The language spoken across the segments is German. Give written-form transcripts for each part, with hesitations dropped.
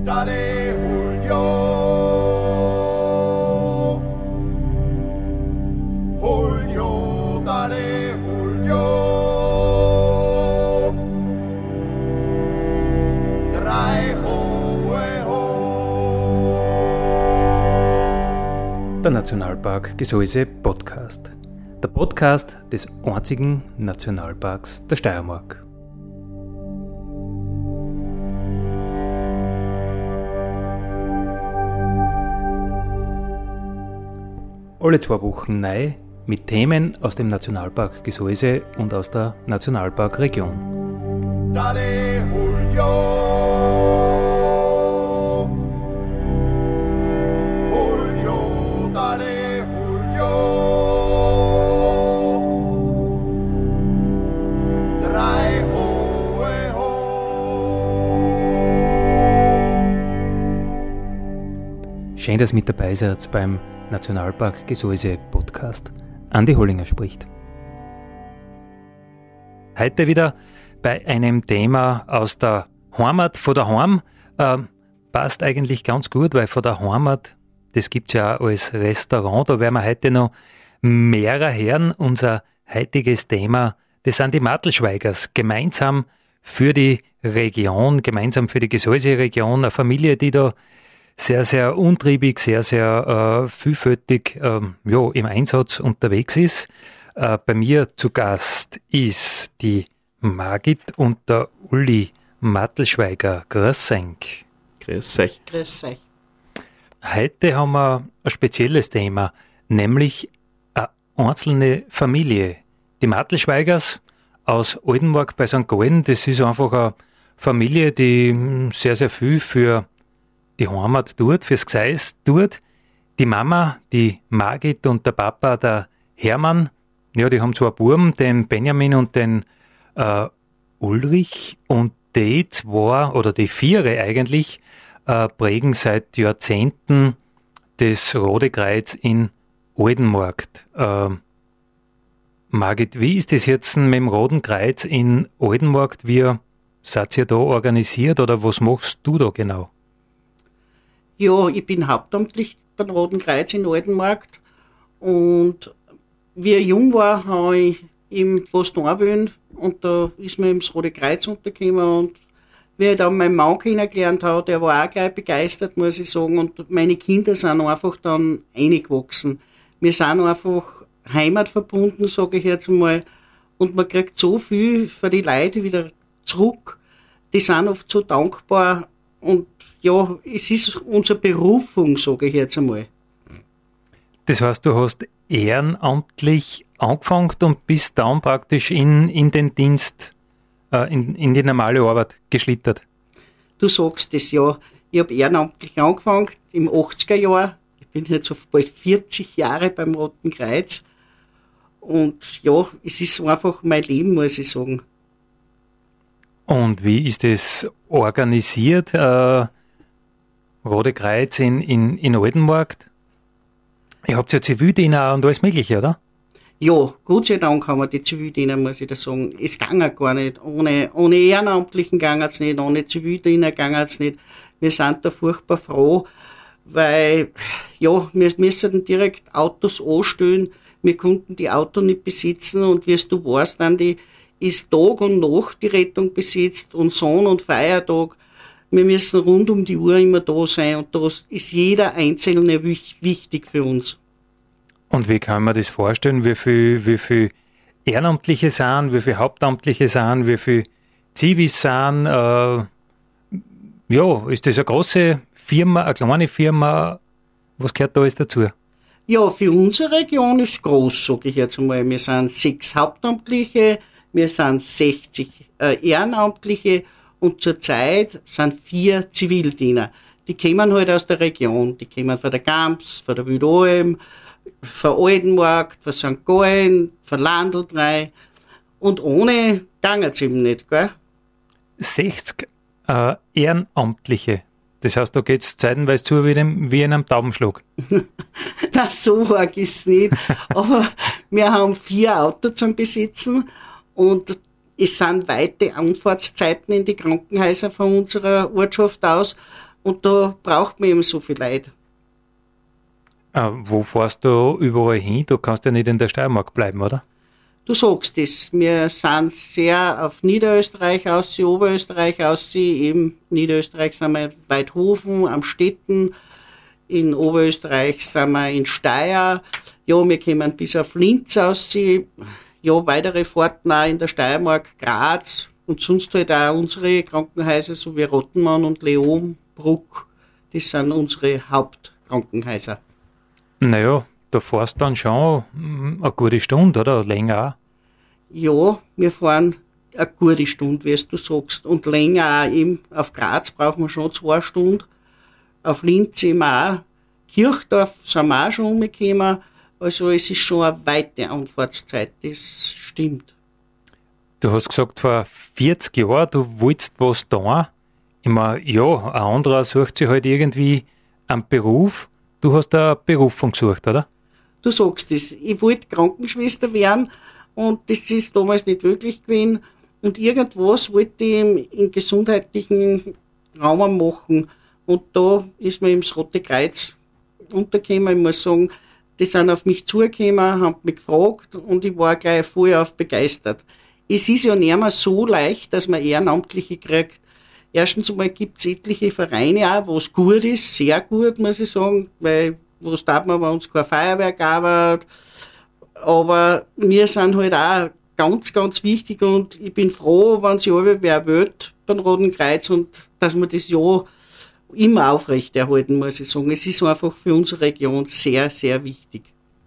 Dale Julio, Julio, dale Julio, drei hohe ho. Der Nationalpark Gesäuse Podcast. Der Podcast des einzigen Nationalparks der Steiermark. Alle 2 Wochen neu mit Themen aus dem Nationalpark Gesäuse und aus der Nationalparkregion. Dale Julio, Julio, dale Julio, drei hohe ho. Schön, dass ihr mit dabei seid beim Nationalpark Gesäuse Podcast. Andi Hollinger spricht. Heute wieder bei einem Thema aus der Heimat, von der Heim. Passt eigentlich ganz gut, weil von der Heimat, das gibt es ja auch als Restaurant, da werden wir heute noch mehrer hören. Unser heutiges Thema, das sind die Mattelschweigers, gemeinsam für die Region, gemeinsam für die Gesäuse-Region, eine Familie, die da sehr, sehr untriebig, sehr, sehr vielfältig im Einsatz unterwegs ist. Bei mir zu Gast ist die Margit und der Uli Mattelschweiger. Grüß euch. Grüß euch. Grüß euch. Heute haben wir ein spezielles Thema, nämlich eine einzelne Familie. Die Mattelschweigers aus Oldenburg bei St. Gallen, das ist einfach eine Familie, die sehr, sehr viel für die Heimat tut, fürs Gseis tut. Die Mama, die Margit und der Papa, der Hermann, ja, die haben 2 Buben, den Benjamin und den Ulrich, und die 2 oder die 4 eigentlich prägen seit Jahrzehnten das Rote Kreuz in Oldenmarkt. Margit, wie ist das jetzt mit dem Roten Kreuz in Oldenmarkt? Wie seid ihr da organisiert oder was machst du da genau? Ja, ich bin hauptamtlich beim Roten Kreuz in Oldenmarkt, und wie ich jung war, habe ich im Post anwählen, und da ist mir das Rote Kreuz untergekommen, und wie ich dann meinen Mann kennengelernt habe, der war auch gleich begeistert, muss ich sagen, und meine Kinder sind einfach dann reingewachsen. Wir sind einfach heimatverbunden, sage ich jetzt einmal, und man kriegt so viel für die Leute wieder zurück, die sind oft so dankbar, und ja, es ist unsere Berufung, sage ich jetzt einmal. Das heißt, du hast ehrenamtlich angefangen und bist dann praktisch in den Dienst, in die normale Arbeit geschlittert. Du sagst es, ja. Ich habe ehrenamtlich angefangen im 80er Jahr. Ich bin jetzt so bald 40 Jahre beim Roten Kreuz. Und ja, es ist einfach mein Leben, muss ich sagen. Und wie ist das organisiert? Rote Kreuz in Oldenmarkt? Ihr habt ja Zivildiener und alles Mögliche, oder? Ja, Gott sei Dank haben wir die Zivildiener, muss ich da sagen. Es ging gar nicht. Ohne Ehrenamtlichen ging es nicht, ohne Zivildiener ging es nicht. Wir sind da furchtbar froh, weil ja, wir müssen direkt Autos anstellen. Wir konnten die Autos nicht besitzen, und wie du weißt, dann ist Tag und Nacht die Rettung besitzt und Sonn- und Feiertag. Wir müssen rund um die Uhr immer da sein, und da ist jeder Einzelne wichtig für uns. Und wie kann man das vorstellen? Wie viel Ehrenamtliche sind, wie viel Hauptamtliche sind, wie viel Zivis sind? Ist das eine große Firma, eine kleine Firma? Was gehört da alles dazu? Ja, für unsere Region ist groß, sage ich jetzt einmal. Wir sind 6 Hauptamtliche, wir sind 60 Ehrenamtliche, und zurzeit sind 4 Zivildiener. Die kommen halt aus der Region. Die kommen von der Gams, von der Wildalm, von Oldenmarkt, von St. Gallen, von Landl 3. Und ohne ging es eben nicht, gell? 60 Ehrenamtliche. Das heißt, da geht es zeitenweise zu wie in einem Taubenschlag. Na, so arg ist es nicht. Aber wir haben 4 Autos zum Besitzen, und es sind weite Anfahrtszeiten in die Krankenhäuser von unserer Ortschaft aus. Und da braucht man eben so viel Leute. Wo fährst du überall hin? Du kannst ja nicht in der Steiermark bleiben, oder? Du sagst es, wir sind sehr auf Niederösterreich aus, Oberösterreich aus, im Niederösterreich sind wir in Weidhofen, am Stetten, in Oberösterreich sind wir in Steyr, ja, wir kommen bis auf Linz aus, ja, weitere Fahrten auch in der Steiermark, Graz und sonst halt auch unsere Krankenhäuser, so wie Rottenmann und Leon, Bruck, das sind unsere Hauptkrankenhäuser. Naja, da fährst dann schon eine gute Stunde, oder? Länger auch. Ja, wir fahren eine gute Stunde, wie du sagst. Und länger auch eben. Auf Graz brauchen wir schon 2 Stunden. Auf Linz eben auch. Kirchdorf sind wir auch schon umgekommen. Also es ist schon eine weite Anfahrtszeit, das stimmt. Du hast gesagt, vor 40 Jahren, du wolltest was tun. Ich meine, ja, ein anderer sucht sich halt irgendwie einen Beruf. Du hast eine Berufung gesucht, oder? Du sagst es. Ich wollte Krankenschwester werden und das ist damals nicht wirklich gewesen. Und irgendwas wollte ich im gesundheitlichen Raum machen. Und da ist mir eben das Rote Kreuz untergekommen. Ich muss sagen, die sind auf mich zugekommen, haben mich gefragt und ich war gleich voll auf begeistert. Es ist ja nicht mehr so leicht, dass man Ehrenamtliche kriegt. Erstens einmal gibt es etliche Vereine auch, wo es gut ist, sehr gut, muss ich sagen, weil was darf man bei uns kein Feuerwerk arbeitet. Aber wir sind halt auch ganz, ganz wichtig und ich bin froh, wenn sich alle wer wählt beim Roten Kreuz und dass wir das ja immer aufrechterhalten, muss ich sagen. Es ist einfach für unsere Region sehr, sehr wichtig.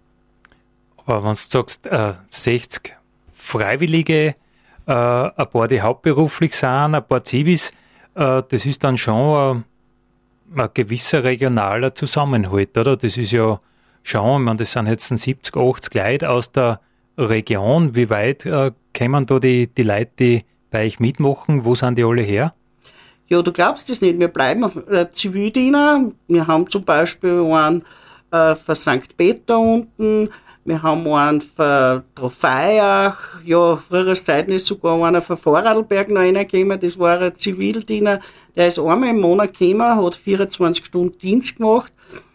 Aber wenn du sagst, 60 Freiwillige, ein paar, die hauptberuflich sind, ein paar Zivis, das ist dann schon ein gewisser regionaler Zusammenhalt, oder? Das ist ja schon, ich meine, das sind jetzt 70, 80 Leute aus der Region. Wie weit kommen da die Leute, die bei euch mitmachen? Wo sind die alle her? Ja, du glaubst es nicht. Wir bleiben Zivildiener. Wir haben zum Beispiel einen für St. Peter unten. Wir haben einen für Trofeiach. Ja, früherer Zeiten ist sogar einer für Vorarlberg noch einer gekommen. Das war ein Zivildiener. Der ist einmal im Monat gekommen, hat 24 Stunden Dienst gemacht.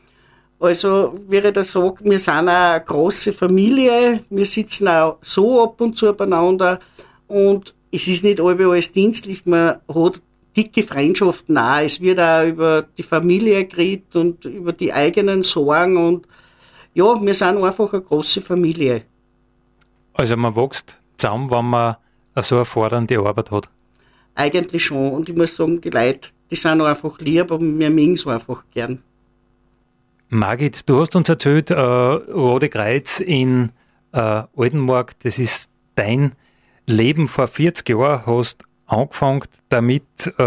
Also, wie ich da sage, wir sind auch eine grosse Familie. Wir sitzen auch so ab und zu beieinander. Und es ist nicht alles dienstlich. Man hat dicke Freundschaften auch. Es wird auch über die Familie geredet und über die eigenen Sorgen. Und ja, wir sind einfach eine grosse Familie. Also man wächst zusammen, wenn man so eine fordernde Arbeit hat? Eigentlich schon. Und ich muss sagen, die Leute, die sind auch einfach lieb und wir mögen es einfach gern. Margit, du hast uns erzählt, Rote Kreuz in Oldenmark, das ist dein Leben vor 40 Jahren, hast angefangen damit.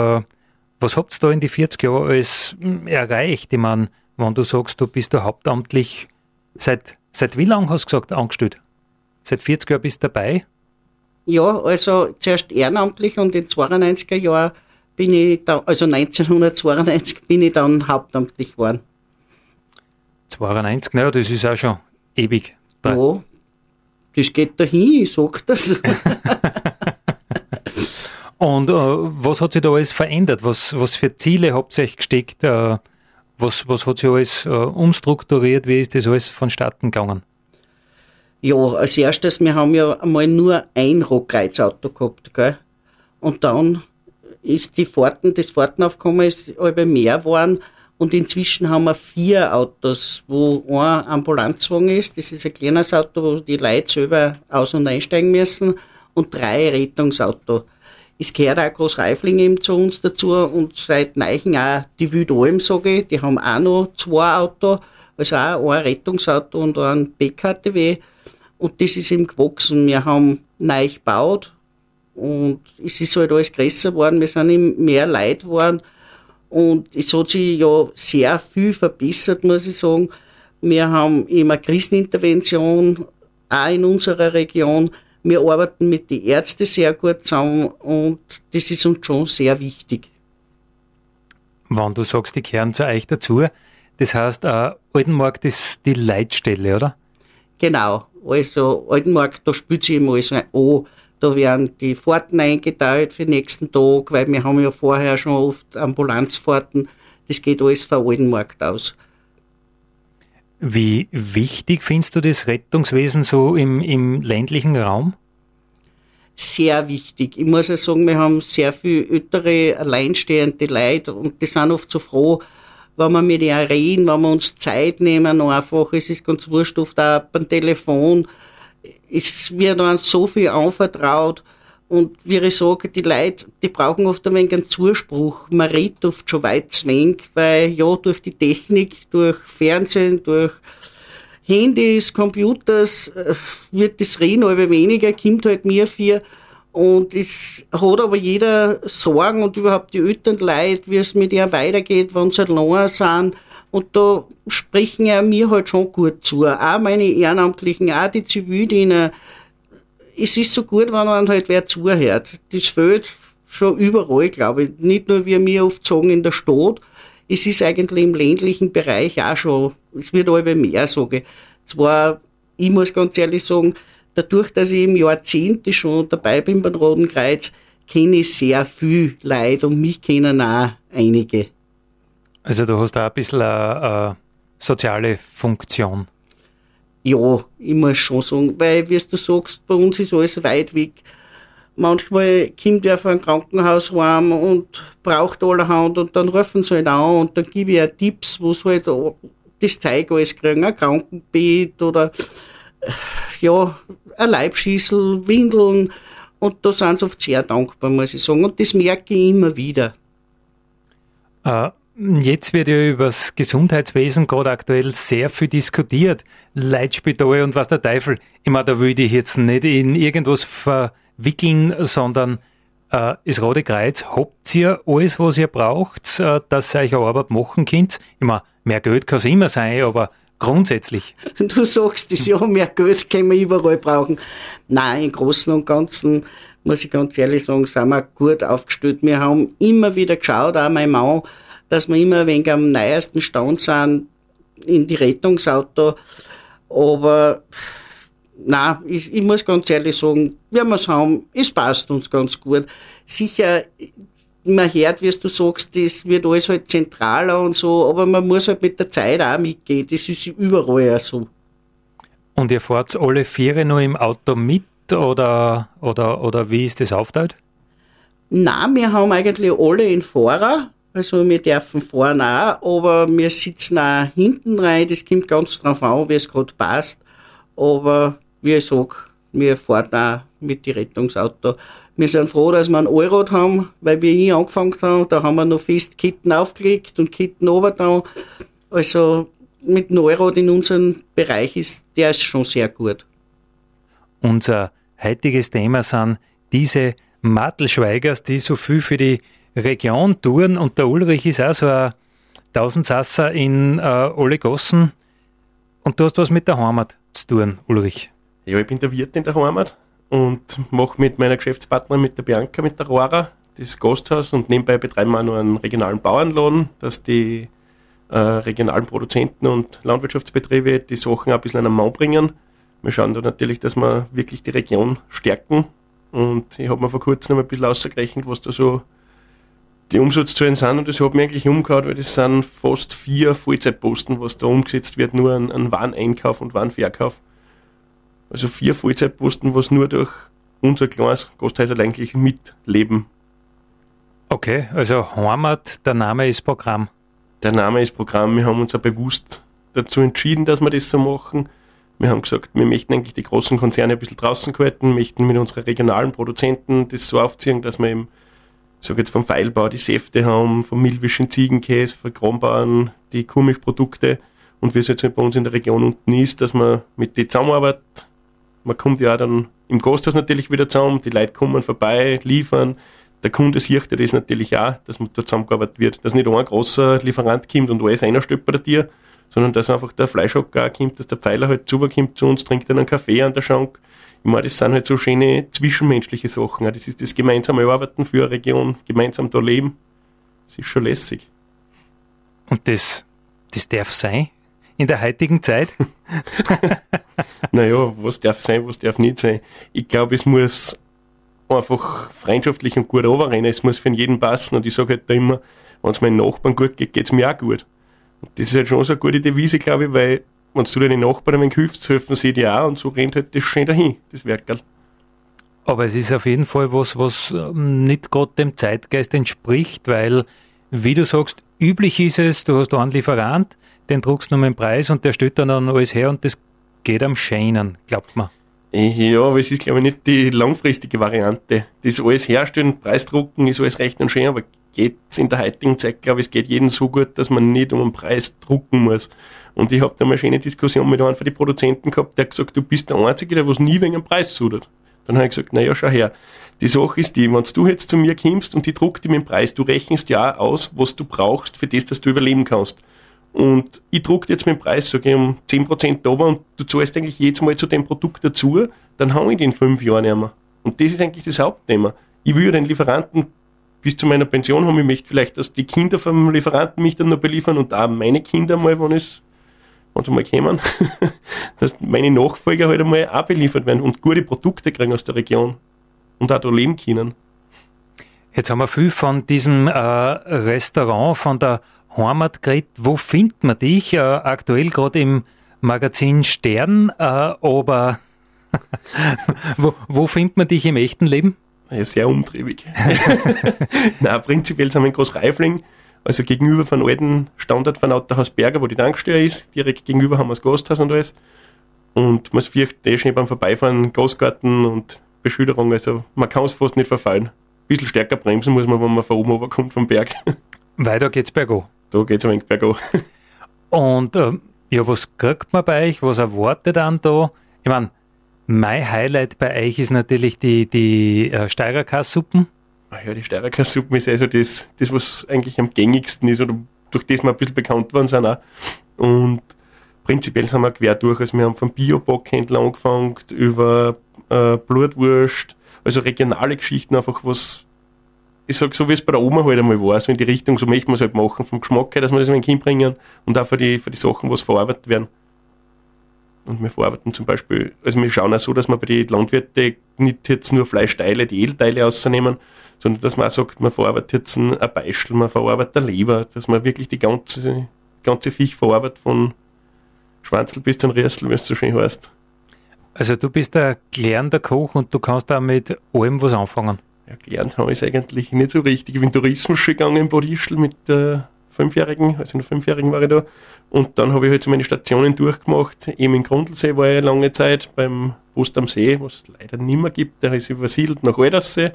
Was habt ihr da in die 40 Jahren alles erreicht? Ich meine, wenn du sagst, du bist da hauptamtlich, seit wie lang hast du gesagt, angestellt? Seit 40 Jahren bist du dabei? Ja, also zuerst ehrenamtlich und in den 92er Jahren bin ich da, also 1992 bin ich dann hauptamtlich geworden. 92, naja, das ist auch schon ewig. Ja, das geht dahin, ich sag das. Und was hat sich da alles verändert? Was für Ziele habt ihr euch gesteckt? Was hat sich alles umstrukturiert? Wie ist das alles vonstatten gegangen? Ja, als erstes, wir haben ja einmal nur ein Rotkreuzauto gehabt, gell? Und dann ist das Fahrtenaufkommen ist aber mehr geworden. Und inzwischen haben wir 4 Autos, wo ein Ambulanzwagen ist. Das ist ein kleines Auto, wo die Leute selber aus- und einsteigen müssen. Und 3 Rettungsautos. Es gehört auch Großreifling eben zu uns dazu. Und seit Neuchen auch die Wildalm, sage ich. Die haben auch noch 2 Autos. Also auch ein Rettungsauto und ein PKTW. Und das ist eben gewachsen. Wir haben neu gebaut. Und es ist halt alles größer geworden. Wir sind eben mehr Leute geworden. Und es hat sich ja sehr viel verbessert, muss ich sagen. Wir haben immer Krisenintervention, auch in unserer Region. Wir arbeiten mit den Ärzten sehr gut zusammen und das ist uns schon sehr wichtig. Wenn du sagst, die gehören zu euch dazu, das heißt, Oldenmark ist die Leitstelle, oder? Genau, also Oldenmark, da spielt sich immer alles an. Da werden die Fahrten eingeteilt für den nächsten Tag, weil wir haben ja vorher schon oft Ambulanzfahrten. das geht alles von Altenmarkt aus. Wie wichtig findest du das Rettungswesen so im ländlichen Raum? Sehr wichtig. Ich muss ja sagen, wir haben sehr viele ältere, alleinstehende Leute und die sind oft so froh, wenn wir mit ihnen reden, wenn wir uns Zeit nehmen, einfach. Es ist ganz wurscht, oft auch beim Telefon. Es wird uns so viel anvertraut. Und wie ich sage, die Leute, die brauchen oft ein wenig einen Zuspruch. Man redet oft schon weit zu wenig, weil ja, durch die Technik, durch Fernsehen, durch Handys, Computers wird das Reden aber weniger, kommt halt mir viel. Und es hat aber jeder Sorgen und überhaupt die Elternleute, wie es mit ihr weitergeht, wenn sie allein sind. Und da sprechen ja mir halt schon gut zu. Auch meine Ehrenamtlichen, auch die Zivildiener. Es ist so gut, wenn man halt wer zuhört. Das fehlt schon überall, glaube ich. Nicht nur, wie wir oft sagen, in der Stadt. Es ist eigentlich im ländlichen Bereich auch schon, es wird allweil mehr, sage ich. Zwar, ich muss ganz ehrlich sagen, dadurch, dass ich im Jahrzehnte schon dabei bin beim Roten Kreuz, kenne ich sehr viel Leute und mich kennen auch einige. Also du hast auch ein bisschen eine soziale Funktion. Ja, ich muss schon sagen, weil, wie du sagst, bei uns ist alles weit weg. Manchmal kommt wer von einem Krankenhaus heim und braucht allerhand und dann rufen sie halt an und dann gebe ich auch Tipps, wo sie halt das Zeug alles kriegen, ein Krankenbett oder ja, ein Leibschüssel, Windeln und da sind sie oft sehr dankbar, muss ich sagen. Und das merke ich immer wieder. Jetzt wird ja über das Gesundheitswesen gerade aktuell sehr viel diskutiert. Leitspital und was der Teufel. Ich meine, da will ich jetzt nicht in irgendwas verwickeln, sondern das Rote Kreuz, habt ihr alles, was ihr braucht, dass ihr euch eine Arbeit machen könnt? Ich meine, mehr Geld kann es immer sein, aber grundsätzlich. Du sagst es, ja, mehr Geld können wir überall brauchen. Nein, im Großen und Ganzen, muss ich ganz ehrlich sagen, sind wir gut aufgestellt. Wir haben immer wieder geschaut, auch mein Mann, dass wir immer ein wenig am neuesten Stand sind in die Rettungsauto. Aber nein, ich muss ganz ehrlich sagen, wie wir es haben, es passt uns ganz gut. Sicher, man hört, wie du sagst, das wird alles halt zentraler und so, aber man muss halt mit der Zeit auch mitgehen. Das ist überall auch so. Und ihr fahrt alle vier noch im Auto mit oder wie ist das aufgeteilt? Nein, wir haben eigentlich alle einen Fahrer. Also wir dürfen fahren auch, aber wir sitzen auch hinten rein. Das kommt ganz drauf an, wie es gerade passt. Aber wie ich sage, wir fahren auch mit dem Rettungsauto. Wir sind froh, dass wir ein Allrad haben, weil wir nie angefangen haben, da haben wir noch fest Ketten aufgelegt und Ketten runter. Also mit dem Allrad in unserem Bereich der ist schon sehr gut. Unser heutiges Thema sind diese Mattelschweigers, die so viel für die Region tun, und der Ulrich ist auch so ein Tausendsasser in alle Gassen. Und du hast was mit der Heimat zu tun, Ulrich. Ja, ich bin der Wirt in der Heimat und mache mit meiner Geschäftspartnerin, mit der Bianca, mit der Rora, das Gasthaus, und nebenbei betreiben wir auch noch einen regionalen Bauernladen, dass die regionalen Produzenten und Landwirtschaftsbetriebe die Sachen auch ein bisschen an den Mann bringen. Wir schauen da natürlich, dass wir wirklich die Region stärken, und ich habe mir vor kurzem noch ein bisschen ausgerechnet, was da so die Umsatzzahlen sind, und das hat mich eigentlich umgehauen, weil das sind fast 4 Vollzeitposten, was da umgesetzt wird, nur an Wareneinkauf und Warenverkauf. Also 4 Vollzeitposten, was nur durch unser kleines Gasthäuser eigentlich mitleben. Okay, also Heimat, der Name ist Programm. Der Name ist Programm. Wir haben uns auch bewusst dazu entschieden, dass wir das so machen. Wir haben gesagt, wir möchten eigentlich die großen Konzerne ein bisschen draußen halten, möchten mit unseren regionalen Produzenten das so aufziehen, dass wir eben, ich sage jetzt vom Pfeilbau, die Säfte haben, vom Milwischen Ziegenkäse, von Kronbauern die Kuhmilchprodukte, und wie es jetzt halt bei uns in der Region unten ist, dass man mit denen zusammenarbeitet. Man kommt ja auch dann im Gasthaus natürlich wieder zusammen, die Leute kommen vorbei, liefern. Der Kunde sieht ja das natürlich auch, dass man da zusammengearbeitet wird. Dass nicht ein großer Lieferant kommt und alles einstöppt bei dir, sondern dass einfach der Fleischhocker auch kommt, dass der Pfeiler halt zukommt zu uns, trinkt dann einen Kaffee an der Schank. Ich meine, das sind halt so schöne zwischenmenschliche Sachen. Das ist das gemeinsame Arbeiten für eine Region, gemeinsam da leben. Das ist schon lässig. Und das darf sein in der heutigen Zeit? Naja, was darf sein, was darf nicht sein. Ich glaube, es muss einfach freundschaftlich und gut runterrennen. Es muss für jeden passen und ich sage halt da immer, wenn es meinen Nachbarn gut geht, geht es mir auch gut. Und das ist halt schon so eine gute Devise, glaube ich, weil wenn du deinen Nachbarn ein wenig hilfst, helfen sie dir auch und so rennt halt das schön dahin, das Werkerl. Aber es ist auf jeden Fall was nicht gerade dem Zeitgeist entspricht, weil, wie du sagst, üblich ist es, du hast einen Lieferant, den druckst du noch mit dem Preis und der stellt dann alles her und das geht am Scheinen, glaubt man. Ja, aber es ist, glaube ich, nicht die langfristige Variante. Das alles herstellen, Preisdrucken ist alles recht und schön, aber geht es in der heutigen Zeit, glaube ich, es geht jedem so gut, dass man nicht um einen Preis drucken muss. Und ich habe da mal eine schöne Diskussion mit einem von den Produzenten gehabt, der hat gesagt, du bist der Einzige, der was nie wegen einem Preis sudert. Dann habe ich gesagt, naja, schau her, die Sache ist die, wenn du jetzt zu mir kommst und die druckt dir mit dem Preis, du rechnest ja auch aus, was du brauchst für das, dass du überleben kannst. Und ich drucke jetzt mit dem Preis, sage ich, um 10% runter und du zahlst eigentlich jedes Mal zu dem Produkt dazu, dann habe ich den in 5 Jahren nicht mehr. Und das ist eigentlich das Hauptthema. Ich will den Lieferanten bis zu meiner Pension haben, ich möchte vielleicht, dass die Kinder vom Lieferanten mich dann noch beliefern und auch meine Kinder mal, wenn sie mal kommen, dass meine Nachfolger halt einmal auch beliefert werden und gute Produkte kriegen aus der Region und auch da leben können. Jetzt haben wir viel von diesem Restaurant, von der Heimat geredet. Wo findet man dich? Aktuell gerade im Magazin Stern, aber wo findet man dich im echten Leben? Ja, sehr umtriebig. Nein, prinzipiell sind wir in Großreifling, also gegenüber von alten Standort von Autohaus Berger, wo die Tankstelle ist. Direkt gegenüber haben wir das Gasthaus und alles. Und man sieht schon beim Vorbeifahren Gasgarten und Beschilderung, also man kann es fast nicht verfallen. Ein bisschen stärker bremsen muss man, wenn man von oben runterkommt vom Berg. Weil da geht's bergab. Da geht's ein wenig bergab. Und ja, was kriegt man bei euch? Was erwartet an da? Ich meine, mein Highlight bei euch ist natürlich die Steirerkasssuppen. Ach ja, die Steirerkasssuppen ist also das, was eigentlich am gängigsten ist oder durch das wir ein bisschen bekannt worden sind auch. Und prinzipiell sind wir quer durch. Also wir haben vom Bio-Backhändler angefangen über Blutwurst, also regionale Geschichten einfach, was ich sage, so wie es bei der Oma halt einmal war, so in die Richtung, so möchten wir es halt machen, vom Geschmack her, dass wir das ein wenig hinbringen und auch für die Sachen, was verarbeitet werden. Und wir verarbeiten zum Beispiel, also wir schauen auch so, dass wir bei den Landwirten nicht jetzt nur Fleischteile, die Edelteile rausnehmen, sondern dass man auch sagt, man verarbeitet jetzt ein Beistel, man verarbeitet eine Leber, dass man wirklich die ganze Fisch verarbeitet, von Schwanzel bis zum Rüssel, wie es so schön heißt. Also du bist ein gelernter Koch und du kannst auch mit allem was anfangen. Ja, gelernt habe ich es eigentlich nicht so richtig. Ich bin Tourismus schon gegangen in Bad Ischl mit der 5-Jährigen, also in der 5-Jährigen war ich da. Und dann habe ich halt so meine Stationen durchgemacht. Eben in Grundlsee war ich lange Zeit, beim Post am See, was es leider nicht mehr gibt. Der ist übersiedelt nach Aldersee.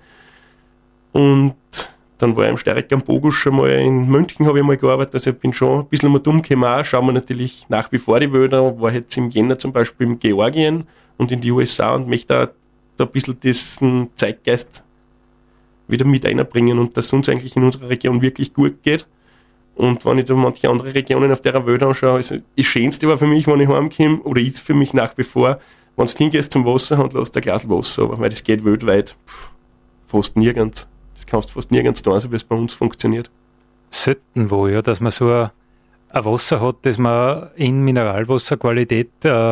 Und dann war ich im Steyrek am Bogus schon mal, in München habe ich mal gearbeitet. Also ich bin schon ein bisschen mal dumm gekommen. Schauen wir natürlich nach wie vor die Wälder. War jetzt im Jänner zum Beispiel in Georgien und in die USA und möchte auch da ein bisschen diesen Zeitgeist wieder mit einbringen und dass es uns eigentlich in unserer Region wirklich gut geht. Und wenn ich da manche andere Regionen auf der Welt anschaue, also das Schönste war für mich, wenn ich heimkomme, oder ist für mich nach wie vor, wenn du hingehst zum Wasser und lässt ein Glas Wasser, aber weil das geht weltweit fast nirgends. Das kannst du fast nirgends tun, so wie es bei uns funktioniert. Selten wo, ja, dass man so ein Wasser hat, das man in Mineralwasserqualität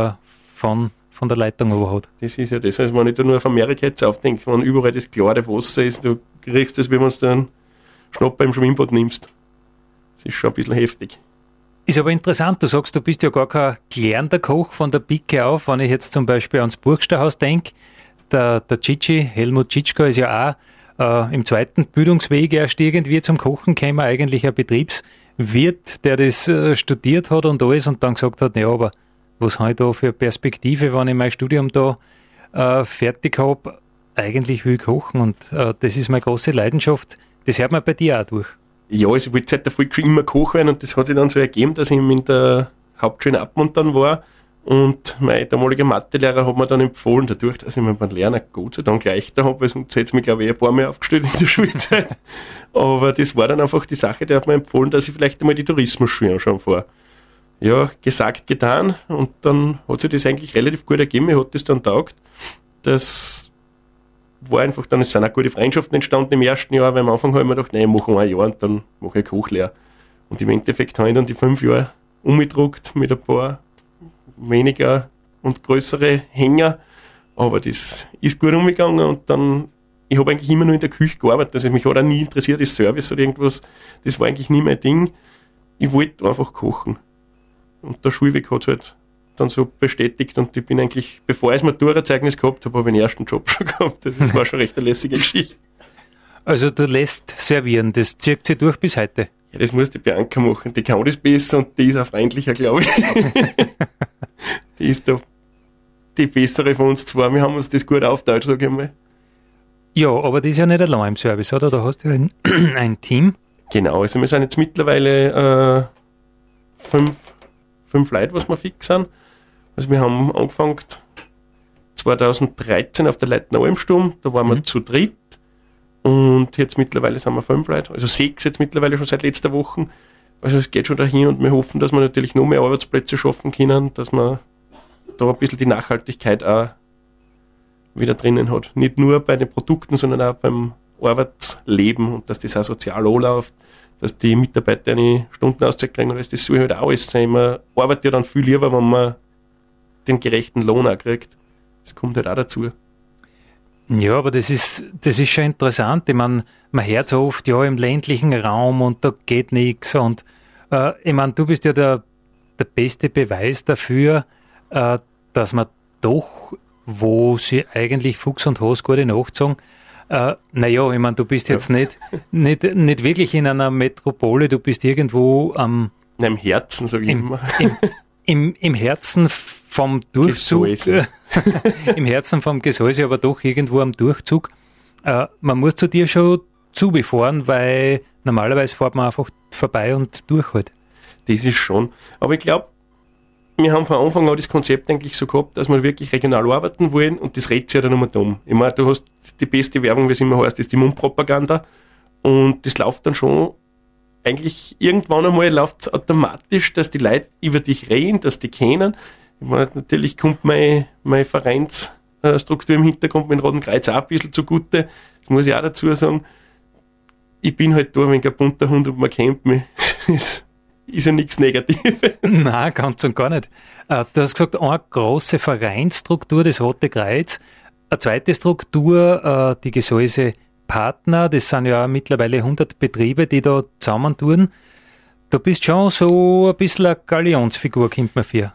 von der Leitung über hat. Das ist ja das. Also wenn ich da nur auf Amerika jetzt aufdenke, wenn überall das klare Wasser ist, du kriegst das, wie wenn du einen Schnapper im Schwimmbad nimmst. Das ist schon ein bisschen heftig. Ist aber interessant, du sagst, du bist ja gar kein gelernter Koch von der Pike auf. Wenn ich jetzt zum Beispiel ans Burgsterhaus denke, der Tschichi, Helmut Tschitschko, ist ja auch im zweiten Bildungsweg erst irgendwie zum Kochen gekommen, eigentlich ein Betriebswirt, der das studiert hat und alles und dann gesagt hat, ja, aber was habe ich da für Perspektive, wenn ich mein Studium da fertig habe? Eigentlich will ich kochen und das ist meine große Leidenschaft. Das hört man bei dir auch durch. Ja, also ich wollte seit der Folge schon immer Koch werden und das hat sich dann so ergeben, dass ich in der Hauptschule in Abmund dann war und mein damaliger Mathelehrer hat mir dann empfohlen, dadurch, dass ich mir beim Lernen Gott sei Dank leichter habe, weil sonst hätte es mich, glaube ich, ein paar Mal aufgestellt in der Schulzeit. Aber das war dann einfach die Sache, der hat mir empfohlen, dass ich vielleicht einmal die Tourismusschule anschauen fahre. Ja, gesagt, getan und dann hat sich das eigentlich relativ gut ergeben, mir hat das dann taugt. Das war einfach dann, es sind auch gute Freundschaften entstanden im ersten Jahr, weil am Anfang habe ich mir gedacht, nein, ich mache ein Jahr und dann mache ich Kochlehre. Und im Endeffekt habe ich dann die 5 Jahre umgedruckt mit ein paar weniger und größere Hänger, aber das ist gut umgegangen und dann ich habe eigentlich immer nur in der Küche gearbeitet, also mich hat auch nie interessiert, das Service oder irgendwas, das war eigentlich nie mein Ding. Ich wollte einfach kochen. Und der Schulweg hat es halt dann so bestätigt und ich bin eigentlich, bevor ich das Maturazeugnis gehabt habe, habe ich den ersten Job schon gehabt. Das war schon recht eine lässige Geschichte. Also du lässt servieren, das zieht sich durch bis heute. Ja, das muss die Bianca machen, die kann das besser und die ist auch freundlicher, glaube ich. Die ist da die bessere von uns zwei. Wir haben uns das gut aufgeteilt, sage ich mal. Ja, aber das ist ja nicht allein im Service, oder? Da hast du ja ein Team. Genau, also wir sind jetzt mittlerweile 5 Leute, was wir fix sind. Also wir haben angefangen 2013 auf der Leitner-Almsturm, da waren wir zu dritt und jetzt mittlerweile sind wir 5 Leute, also 6 jetzt mittlerweile schon seit letzter Woche. Also es geht schon dahin und wir hoffen, dass wir natürlich noch mehr Arbeitsplätze schaffen können, dass man da ein bisschen die Nachhaltigkeit auch wieder drinnen hat. Nicht nur bei den Produkten, sondern auch beim Arbeitsleben und dass das auch sozial anläuft, dass die Mitarbeiter eine Stundenauszeit kriegen und das soll halt auch alles sein. Man arbeitet ja dann viel lieber, wenn man den gerechten Lohn auch kriegt. Das kommt halt auch dazu. Ja, aber das ist schon interessant. Ich meine, man hört so oft, ja, im ländlichen Raum und da geht nichts. Und ich meine, du bist ja der beste Beweis dafür, dass man doch, wo sie eigentlich Fuchs und Has gute Nacht sagen, naja, ich meine, du bist jetzt nicht wirklich in einer Metropole, du bist irgendwo am... Im Herzen, sage ich immer. Im Herzen vom Durchzug, im Herzen vom Gesäuse, aber doch irgendwo am Durchzug. Man muss zu dir schon zubefahren, weil normalerweise fährt man einfach vorbei und durch halt. Das ist schon. Aber ich glaube, wir haben von Anfang an das Konzept eigentlich so gehabt, dass wir wirklich regional arbeiten wollen und das redet sich ja dann immer um. Ich meine, du hast die beste Werbung, wie es immer heißt, ist die Mundpropaganda und das läuft dann schon eigentlich irgendwann einmal läuft es automatisch, dass die Leute über dich reden, dass die kennen. Ich meine, natürlich kommt meine Vereinsstruktur im Hintergrund mit dem Roten Kreuz auch ein bisschen zugute. Das muss ich auch dazu sagen. Ich bin halt da ein wenig ein bunter Hund und man kennt mich. Das ist ja nichts Negatives. Nein, ganz und gar nicht. Du hast gesagt, eine große Vereinsstruktur, das Rote Kreuz. Eine zweite Struktur, die Gesäuse Partner, das sind ja mittlerweile 100 Betriebe, die da zusammentun. Du bist schon so ein bisschen eine Galionsfigur, kommt man vor.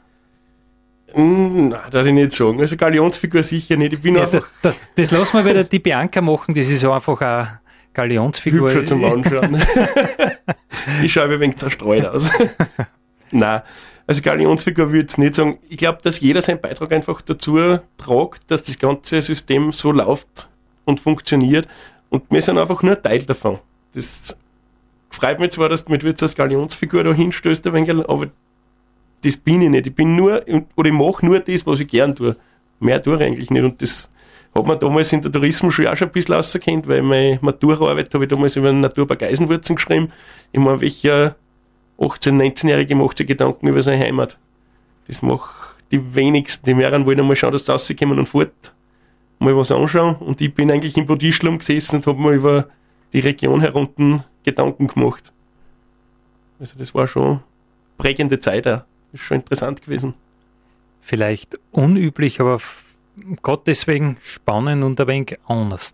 Nein, darf ich nicht sagen. Also Galionsfigur sicher nicht. Ich bin ja, einfach... Das lassen wir wieder die Bianca machen, das ist einfach eine Galionsfigur. Hübscher zum Anschauen. Ich schaue ein wenig zerstreut aus. Nein, also Galionsfigur würde ich jetzt nicht sagen. Ich glaube, dass jeder seinen Beitrag einfach dazu tragt, dass das ganze System so läuft und funktioniert. Und wir sind einfach nur ein Teil davon. Das freut mich zwar, dass du mich jetzt als Galionsfigur da hinstößt, aber das bin ich nicht. Ich bin nur, oder ich mache nur das, was ich gern tue. Mehr tue ich eigentlich nicht. Und das hat man damals in der Tourismusschule auch schon ein bisschen rausgekannt, weil meine Maturaarbeit habe ich damals über den Naturpark Eisenwurzen geschrieben. Ich meine, welcher 18-, 19-Jährige macht sich Gedanken über seine Heimat? Das macht die wenigsten. Die mehreren wollen einmal schauen, dass sie rauskommen und fort mal was anschauen. Und ich bin eigentlich im Bodischlum gesessen und habe mir über die Region herunten Gedanken gemacht. Also das war schon prägende Zeit auch. Das ist schon interessant gewesen. Vielleicht unüblich, aber Gott deswegen spannend und ein wenig anders.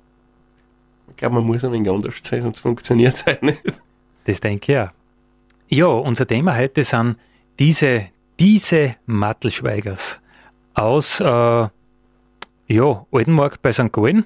Ich glaube, man muss ein wenig anders sein, sonst funktioniert es halt nicht. Das denke ich auch. Ja, unser Thema heute sind diese Mattelschweigers aus Altenmarkt bei St. Gallen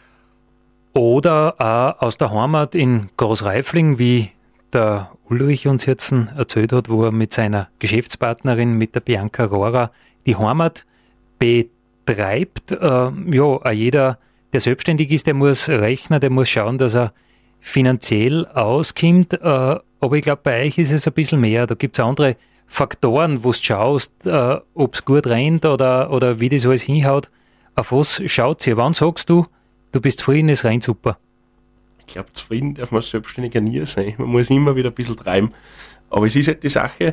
oder auch aus der Heimat in Großreifling, wie der Ulrich uns jetzt erzählt hat, wo er mit seiner Geschäftspartnerin, mit der Bianca Rohrer, die Heimat betreibt. Auch jeder, der selbstständig ist, der muss rechnen, der muss schauen, dass er finanziell auskommt. Aber ich glaube, bei euch ist es ein bisschen mehr. Da gibt es andere Faktoren, wo du schaust, ob es gut rennt oder wie das alles hinhaut. Auf was schaut ihr? Wann sagst du, du bist zufrieden, es rennt super? Ich glaube, zufrieden darf man als Selbstständiger nie sein. Man muss immer wieder ein bisschen treiben. Aber es ist halt die Sache,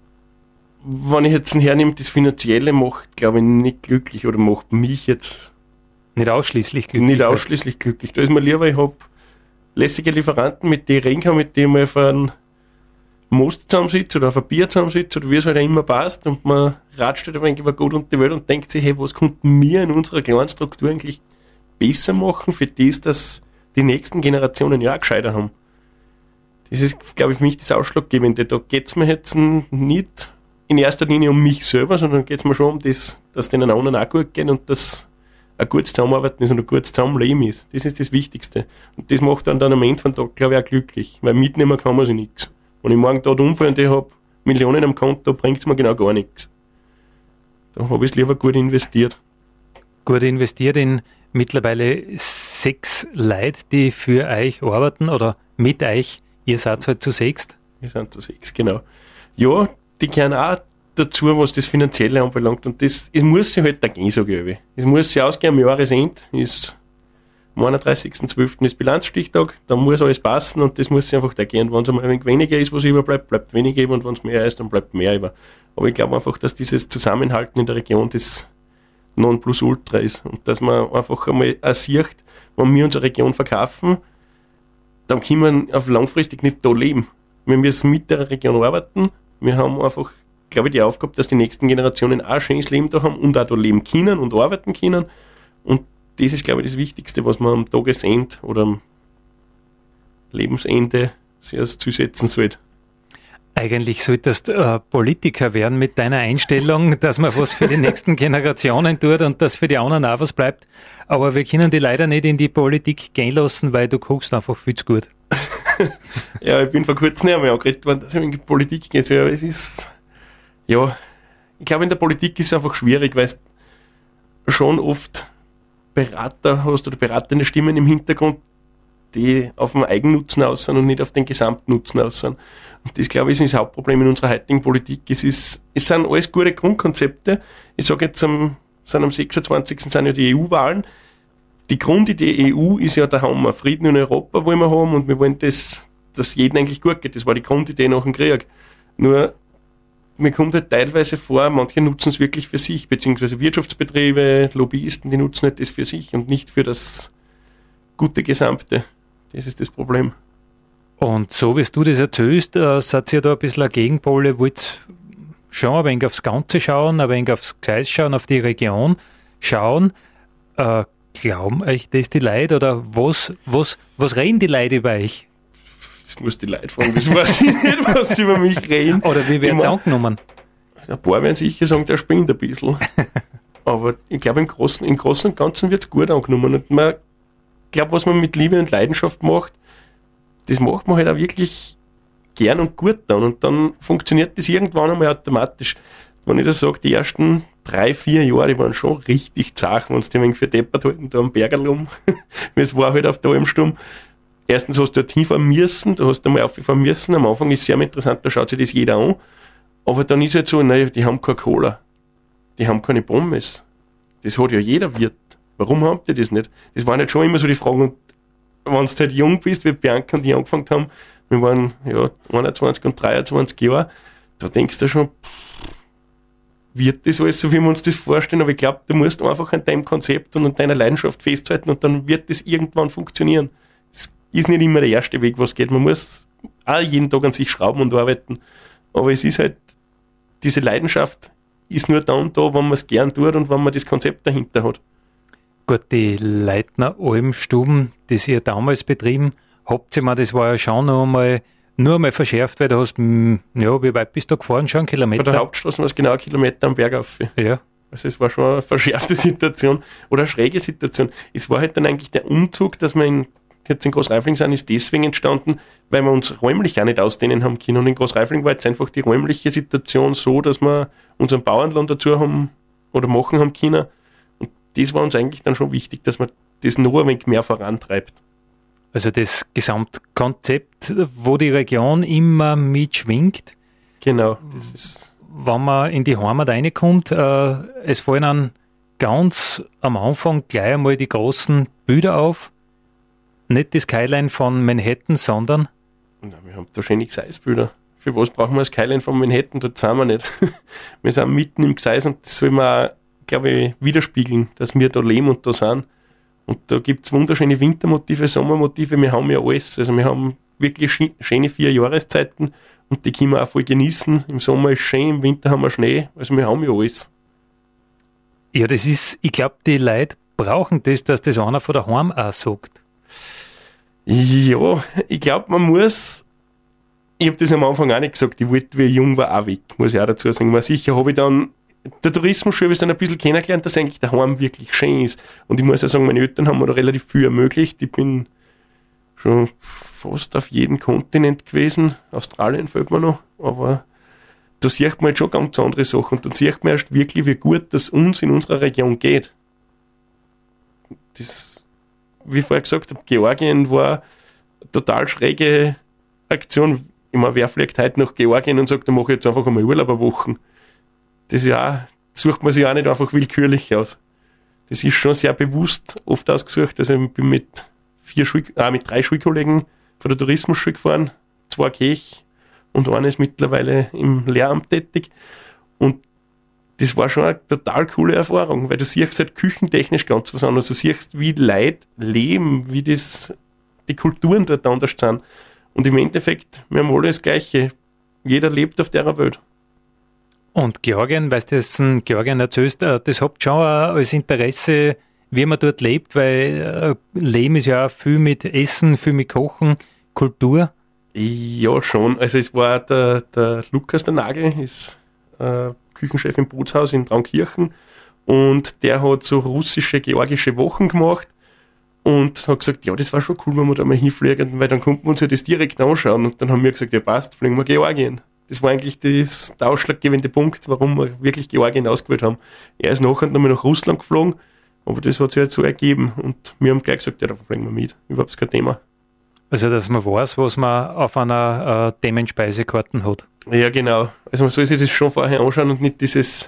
wenn ich jetzt hernehme, das Finanzielle macht, glaube ich, nicht glücklich oder macht mich jetzt nicht ausschließlich glücklich. Nicht ausschließlich glücklich. Da ist mir lieber, ich habe lässige Lieferanten, mit denen ich reden kann, mit denen ich auf einen Most zusammensitze oder auf ein Bier zusammensitze oder wie es halt auch immer passt und man ratscht halt ein wenig über Gott und die Welt und denkt sich, hey, was konnten wir in unserer kleinen Struktur eigentlich besser machen für das, dass die nächsten Generationen ja auch gescheiter haben. Das ist, glaube ich, für mich das Ausschlaggebende. Da geht es mir jetzt nicht in erster Linie um mich selber, sondern geht es mir schon um das, dass den anderen auch gut geht und dass ein gutes Zusammenarbeiten ist und ein gutes Zusammenleben ist. Das ist das Wichtigste. Und das macht dann am Ende von Tag, glaube ich, auch glücklich. Weil mitnehmen kann man sich nichts. Wenn ich morgen dort umfahre und ich habe Millionen am Konto, bringt es mir genau gar nichts. Da habe ich es lieber gut investiert. Gut investiert in mittlerweile 6 Leute, die für euch arbeiten oder mit euch. Ihr seid halt zu 6. Wir sind zu 6, genau. Ja, die gehören auch dazu, was das Finanzielle anbelangt. Und das, es muss sich halt da gehen, sage ich. Es muss sich ausgehen am Jahresend. Am 31.12. ist Bilanzstichtag, da muss alles passen und das muss sich einfach da gehen. Wenn es einmal ein wenig weniger ist, was überbleibt, bleibt weniger über und wenn es mehr ist, dann bleibt mehr über. Aber ich glaube einfach, dass dieses Zusammenhalten in der Region das Nonplusultra ist und dass man einfach einmal auch sieht, wenn wir unsere Region verkaufen, dann können wir auf langfristig nicht da leben. Wir müssen mit der Region arbeiten. Wir haben einfach, glaube ich, die Aufgabe, dass die nächsten Generationen auch ein schönes Leben da haben und auch da leben können und arbeiten können. Und das ist, glaube ich, das Wichtigste, was man am Tagesende oder am Lebensende sich als Ziel setzen sollte. Eigentlich solltest du Politiker werden mit deiner Einstellung, dass man was für die nächsten Generationen tut und dass für die anderen auch was bleibt. Aber wir können die leider nicht in die Politik gehen lassen, weil du kochst einfach viel zu gut. Ja, ich bin vor kurzem nicht einmal angeredet worden, dass ich in die Politik gehe. Ja, es ist, ja, ich glaube, in der Politik ist es einfach schwierig, weil du schon oft Berater hast oder beratende Stimmen im Hintergrund, die auf den Eigennutzen aus sind und nicht auf den Gesamtnutzen aus sind. Und das, glaube ich, ist das Hauptproblem in unserer heutigen Politik. Es sind alles gute Grundkonzepte. Ich sage jetzt, am 26. sind ja die EU-Wahlen. Die Grundidee EU ist ja, da haben wir Frieden in Europa, wollen wir haben, und wir wollen dass jedem eigentlich gut geht. Das war die Grundidee nach dem Krieg. Nur, mir kommt halt teilweise vor, manche nutzen es wirklich für sich, beziehungsweise Wirtschaftsbetriebe, Lobbyisten, die nutzen halt das für sich und nicht für das gute Gesamte. Das ist das Problem. Und so wie du das erzählst, seid ihr da ein bisschen ein Gegenpol, wollt schon ein wenig aufs Ganze schauen, ein wenig aufs Gleis schauen, auf die Region schauen. Glauben euch das die Leute oder was reden die Leute über euch? Das muss die Leute fragen, das weiß ich nicht, was sie über mich reden. Oder wie wird es angenommen? Ein paar werden sicher sagen, der spinnt ein bisschen. Aber ich glaube, im Großen und Ganzen wird es gut angenommen. Und man glaube, was man mit Liebe und Leidenschaft macht, das macht man halt auch wirklich gern und gut dann. Und dann funktioniert das irgendwann einmal automatisch. Wenn ich das sage, die ersten 3-4 Jahre, die waren schon richtig zart, wenn es die ein für deppert halten, da am Bergerl rum. Es war halt auf der Almstumm. Erstens hast du dort hinfahren müssen, du hast einmal aufgefahren müssen. Am Anfang ist es sehr interessant, da schaut sich das jeder an. Aber dann ist halt so, naja, die haben keine Cola, die haben keine Pommes. Das hat ja jeder Wirt. Warum habt ihr das nicht? Das waren halt schon immer so die Fragen. Und wenn du halt jung bist, wie Bianca und ich angefangen haben, wir waren ja 21 und 23 Jahre, da denkst du schon, wird das alles so, wie wir uns das vorstellen? Aber ich glaube, du musst einfach an deinem Konzept und an deiner Leidenschaft festhalten und dann wird das irgendwann funktionieren. Es ist nicht immer der erste Weg, was geht. Man muss auch jeden Tag an sich schrauben und arbeiten. Aber es ist halt, diese Leidenschaft ist nur dann da, wenn man es gern tut und wenn man das Konzept dahinter hat. Gut, die Leitner Almstuben, die ihr damals betrieben habt, ihr mal, das war ja schon nur einmal verschärft, weil du hast, ja, wie weit bist du gefahren? Schon einen Kilometer? Von der Hauptstraße war es genau 1 Kilometer am Berg auf. Ja. Also es war schon eine verschärfte Situation oder eine schräge Situation. Es war halt dann eigentlich der Umzug, dass wir jetzt in Großreifling sind, ist deswegen entstanden, weil wir uns räumlich auch nicht ausdehnen haben können. Und in Großreifling war jetzt einfach die räumliche Situation so, dass wir unseren Bauernland dazu haben oder machen haben können. Und das war uns eigentlich dann schon wichtig, dass man das noch ein wenig mehr vorantreibt. Also das Gesamtkonzept, wo die Region immer mitschwingt. Genau. Das ist, wenn man in die Heimat reinkommt, es fallen dann ganz am Anfang gleich einmal die großen Bilder auf. Nicht das Skyline von Manhattan, sondern... Na, wir haben da schöne Gseisbilder. Für was brauchen wir das Skyline von Manhattan? Dort sind wir nicht. Wir sind mitten im Gseis und das soll man auch, glaube ich, widerspiegeln, dass wir da leben und da sind. Und da gibt es wunderschöne Wintermotive, Sommermotive, wir haben ja alles. Also wir haben wirklich schöne 4 Jahreszeiten und die können wir auch voll genießen. Im Sommer ist schön, im Winter haben wir Schnee, also wir haben ja alles. Ja, das ist, ich glaube, die Leute brauchen das, dass das einer von daheim auch sagt? Ja, ich glaube, ich habe das am Anfang auch nicht gesagt, ich wollte, wie ich jung war, auch weg, muss ich auch dazu sagen. Weil sicher habe ich dann, der Tourismusschule habe ich dann ein bisschen kennengelernt, dass eigentlich daheim wirklich schön ist. Und ich muss ja sagen, meine Eltern haben mir da relativ viel ermöglicht. Ich bin schon fast auf jedem Kontinent gewesen. Australien fällt mir noch, aber da sieht man jetzt schon ganz andere Sachen. Und dann sieht man erst wirklich, wie gut das uns in unserer Region geht. Das, wie ich vorher gesagt habe, Georgien war eine total schräge Aktion. Ich meine, wer fliegt heute nach Georgien und sagt, da mache ich jetzt einfach einmal Urlaub eine Woche. Das ist auch, sucht man sich auch nicht einfach willkürlich aus. Das ist schon sehr bewusst oft ausgesucht. Also ich bin mit 3 Schulkollegen von der Tourismusschule gefahren, 2 Kirch und einer ist mittlerweile im Lehramt tätig. Und das war schon eine total coole Erfahrung, weil du siehst halt küchentechnisch ganz was anderes. Du siehst, wie Leute leben, wie die Kulturen dort anders sind. Und im Endeffekt, wir haben alle das Gleiche. Jeder lebt auf der Welt. Und Georgien, weißt du, das in Georgien erzählst, das habt schon auch als Interesse, wie man dort lebt, weil Leben ist ja auch viel mit Essen, viel mit Kochen, Kultur. Ja, schon. Also es war der Lukas, der Nagel, ist Küchenchef im Bootshaus in Traunkirchen und der hat so russische, georgische Wochen gemacht und hat gesagt, ja, das war schon cool, wenn wir da mal hinfliegen, weil dann konnten wir uns ja das direkt anschauen und dann haben wir gesagt, ja passt, fliegen wir Georgien. Das war eigentlich der ausschlaggebende Punkt, warum wir wirklich Georgien ausgewählt haben. Er ist nachher nochmal nach Russland geflogen, aber das hat sich halt so ergeben und wir haben gleich gesagt, ja, da fliegen wir mit, überhaupt kein Thema. Also, dass man weiß, was man auf einer Themenspeisekarte hat. Ja, genau. Also man soll sich das schon vorher anschauen und nicht dieses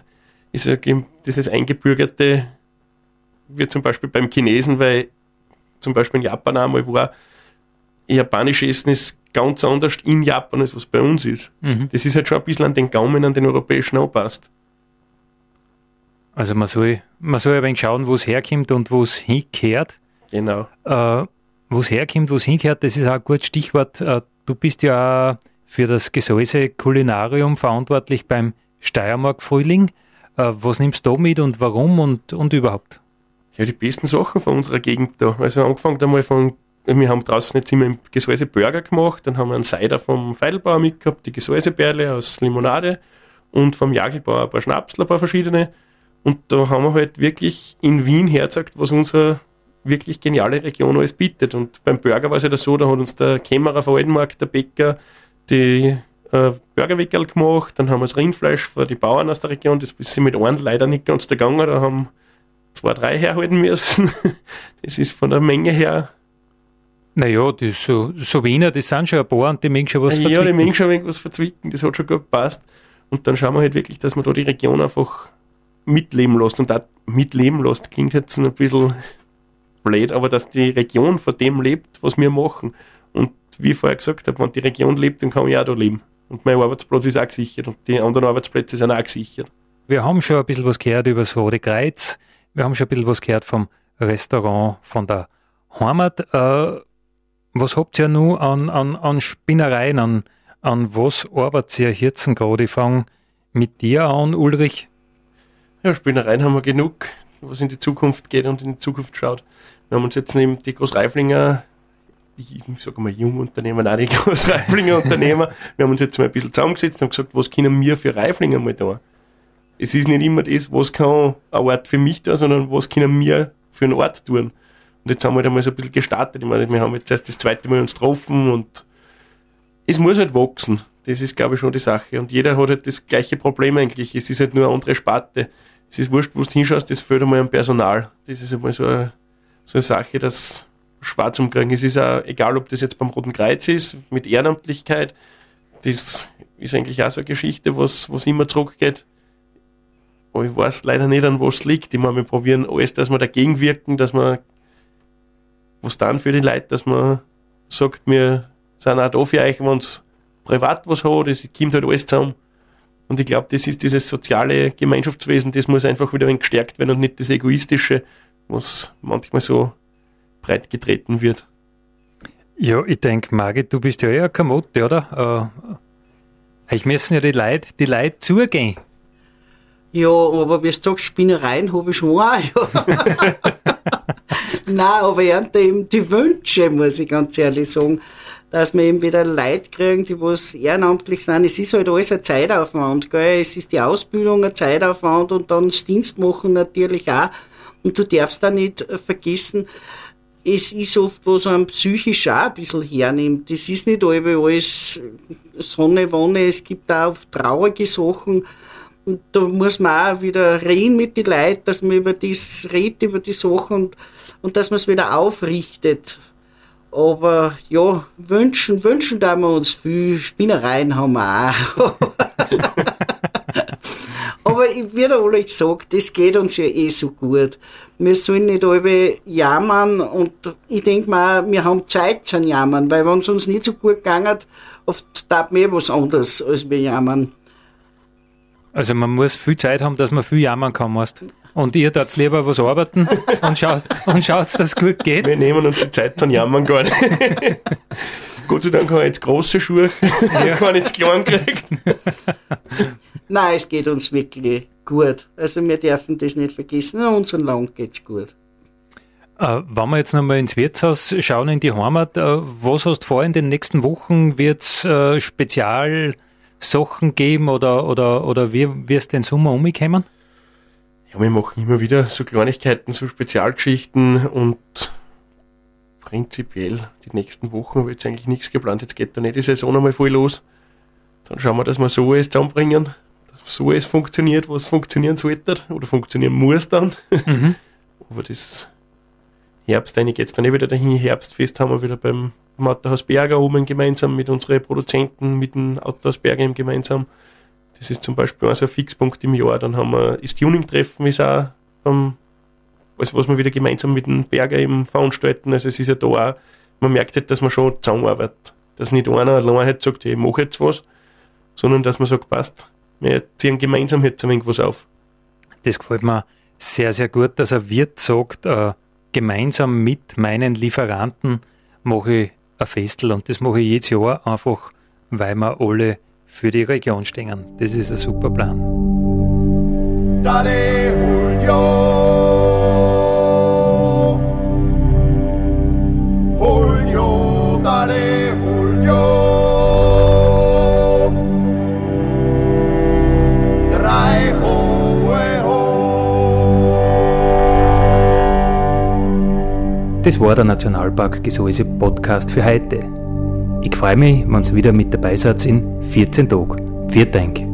eingebürgerte, wie zum Beispiel beim Chinesen, weil zum Beispiel in Japan einmal war, japanisch Essen ist ganz anders in Japan, als was bei uns ist. Mhm. Das ist halt schon ein bisschen an den Gaumen, an den europäischen anpasst. Also man soll ein wenig schauen, wo es herkommt und wo es hingehört. Genau. Wo es herkommt, wo es hingehört, das ist auch ein gutes Stichwort. Du bist ja auch für das Gesäuse Kulinarium verantwortlich beim Steiermark-Frühling. Was nimmst du da mit und warum und überhaupt? Ja, die besten Sachen von unserer Gegend da. Also angefangen einmal wir haben draußen jetzt immer im Gesäuse Burger gemacht, dann haben wir einen Cider vom Feidelbauer mitgehabt, die Gesäuseperle aus Limonade und vom Jagelbauer ein paar Schnapsler, ein paar verschiedene. Und da haben wir halt wirklich in Wien hergezeigt, was unsere wirklich geniale Region alles bietet. Und beim Burger war es ja so, da hat uns der Kämmerer von Altenmarkt, der Bäcker, die Burgerwickel gemacht, dann haben wir das Rindfleisch für die Bauern aus der Region, das ist mit einem leider nicht ganz gegangen, da haben 2, 3 herhalten müssen. Das ist von der Menge her. Naja, das so Wiener, das sind schon ein paar und die mögen schon was verzwicken. Ja, die mögen schon was verzwicken, das hat schon gut gepasst. Und dann schauen wir halt wirklich, dass man da die Region einfach mitleben lässt. Und auch mitleben lässt klingt jetzt ein bisschen blöd, aber dass die Region von dem lebt, was wir machen. Und wie ich vorher gesagt habe, wenn die Region lebt, dann kann ich auch da leben. Und mein Arbeitsplatz ist auch gesichert und die anderen Arbeitsplätze sind auch gesichert. Wir haben schon ein bisschen was gehört über das Rote Kreuz. Wir haben schon ein bisschen was gehört vom Restaurant von der Heimat. Was habt ihr nun an Spinnereien, an was arbeitet ihr jetzt gerade? Ich fange mit dir an, Ulrich. Ja, Spinnereien haben wir genug, was in die Zukunft geht und in die Zukunft schaut. Wir haben uns jetzt neben die Großreiflinger, ich sage mal Jungunternehmer, nein, die Großreiflinger Unternehmer, wir haben uns jetzt mal ein bisschen zusammengesetzt und gesagt, was können wir für Reiflinge mal da? Es ist nicht immer das, was kann ein Ort für mich da, sondern was können wir für einen Ort tun. Und jetzt haben wir halt einmal so ein bisschen gestartet. Ich meine, wir haben jetzt erst das 2. Mal uns getroffen und es muss halt wachsen. Das ist, glaube ich, schon die Sache. Und jeder hat halt das gleiche Problem eigentlich. Es ist halt nur eine andere Sparte. Es ist wurscht, wo du hinschaust, das fehlt einmal am Personal. Das ist einmal so eine Sache, das schwarz umkriegen. Es ist auch egal, ob das jetzt beim Roten Kreuz ist, mit Ehrenamtlichkeit. Das ist eigentlich auch so eine Geschichte, was immer zurückgeht. Aber ich weiß leider nicht, an was es liegt. Ich meine, wir probieren alles, dass wir dagegen wirken, dass wir was dann für die Leute, dass man sagt, wir sind auch da für euch, wenn es privat was hat, es kommt halt alles zusammen. Und ich glaube, das ist dieses soziale Gemeinschaftswesen, das muss einfach wieder ein wenig gestärkt werden und nicht das Egoistische, was manchmal so breit getreten wird. Ja, ich denke, Margit, du bist ja eher keine Motte, oder? Euch müssen ja die Leute zugehen. Ja, aber wie du sagst, Spinnereien habe ich schon auch. Ja. Nein, aber ernte eben die Wünsche, muss ich ganz ehrlich sagen. Dass wir eben wieder Leute kriegen, die was ehrenamtlich sind. Es ist halt alles ein Zeitaufwand, gell? Es ist die Ausbildung ein Zeitaufwand und dann das Dienstmachen natürlich auch. Und du darfst da nicht vergessen, es ist oft, was einem psychisch auch ein bisschen hernimmt. Es ist nicht alles Sonne, Wonne, es gibt auch oft traurige Sachen. Und da muss man auch wieder reden mit den Leuten, dass man über das redet, über die Sachen und dass man es wieder aufrichtet. Aber ja, wünschen da wir uns viel. Spinnereien haben wir auch. Aber wie der Oleg sagt, das geht uns ja eh so gut. Wir sollen nicht alle jammern und ich denke mal, wir haben Zeit zum Jammern, weil wenn es uns nicht so gut gegangen, oft tat mir was anderes, als wir jammern. Also man muss viel Zeit haben, dass man viel jammern kann, weißt. Und ihr tat lieber was arbeiten und schaut, dass es gut geht. Wir nehmen uns die Zeit zum Jammern gar nicht. Gott sei Dank habe ich jetzt große Schuhe, ja. Gar nicht klein gekriegt. Nein, es geht uns wirklich gut. Also wir dürfen das nicht vergessen, in unserem Land geht es gut. Wenn wir jetzt nochmal ins Wirtshaus schauen, in die Heimat, was hast du vor in den nächsten Wochen? Wird es Spezialsachen geben oder wie wirst du den Sommer umkommen? Ja, wir machen immer wieder so Kleinigkeiten, so Spezialgeschichten und prinzipiell die nächsten Wochen habe ich jetzt eigentlich nichts geplant. Jetzt geht da nicht die Saison einmal voll los. Dann schauen wir, dass wir so alles zusammenbringen, dass so alles funktioniert, was funktionieren sollte oder funktionieren muss dann. Mhm. Aber das Herbst, eigentlich geht es dann wieder dahin. Herbstfest haben wir wieder beim Autohaus Berger oben gemeinsam mit unseren Produzenten, mit dem Autohaus Berger eben gemeinsam. Das ist zum Beispiel auch so ein Fixpunkt im Jahr. Dann haben wir das Tuning-Treffen, ist auch also was wir wieder gemeinsam mit dem Berger eben veranstalten. Also es ist ja da auch, man merkt halt, dass man schon zusammenarbeitet. Dass nicht einer allein halt sagt, ich mache jetzt was, sondern dass man sagt, passt, wir ziehen gemeinsam jetzt ein wenig was auf. Das gefällt mir sehr, sehr gut, dass ein Wirt sagt, gemeinsam mit meinen Lieferanten mache ich ein Festel und das mache ich jedes Jahr einfach, weil wir alle für die Region stehen. Das ist ein super Plan. Dale Julio, Julio, dale Julio, drei hohe ho. Das war der Nationalpark Gesäuse Podcast für heute. Ich freue mich, wenn ihr wieder mit dabei seid in 14 Tagen. Vielen Dank.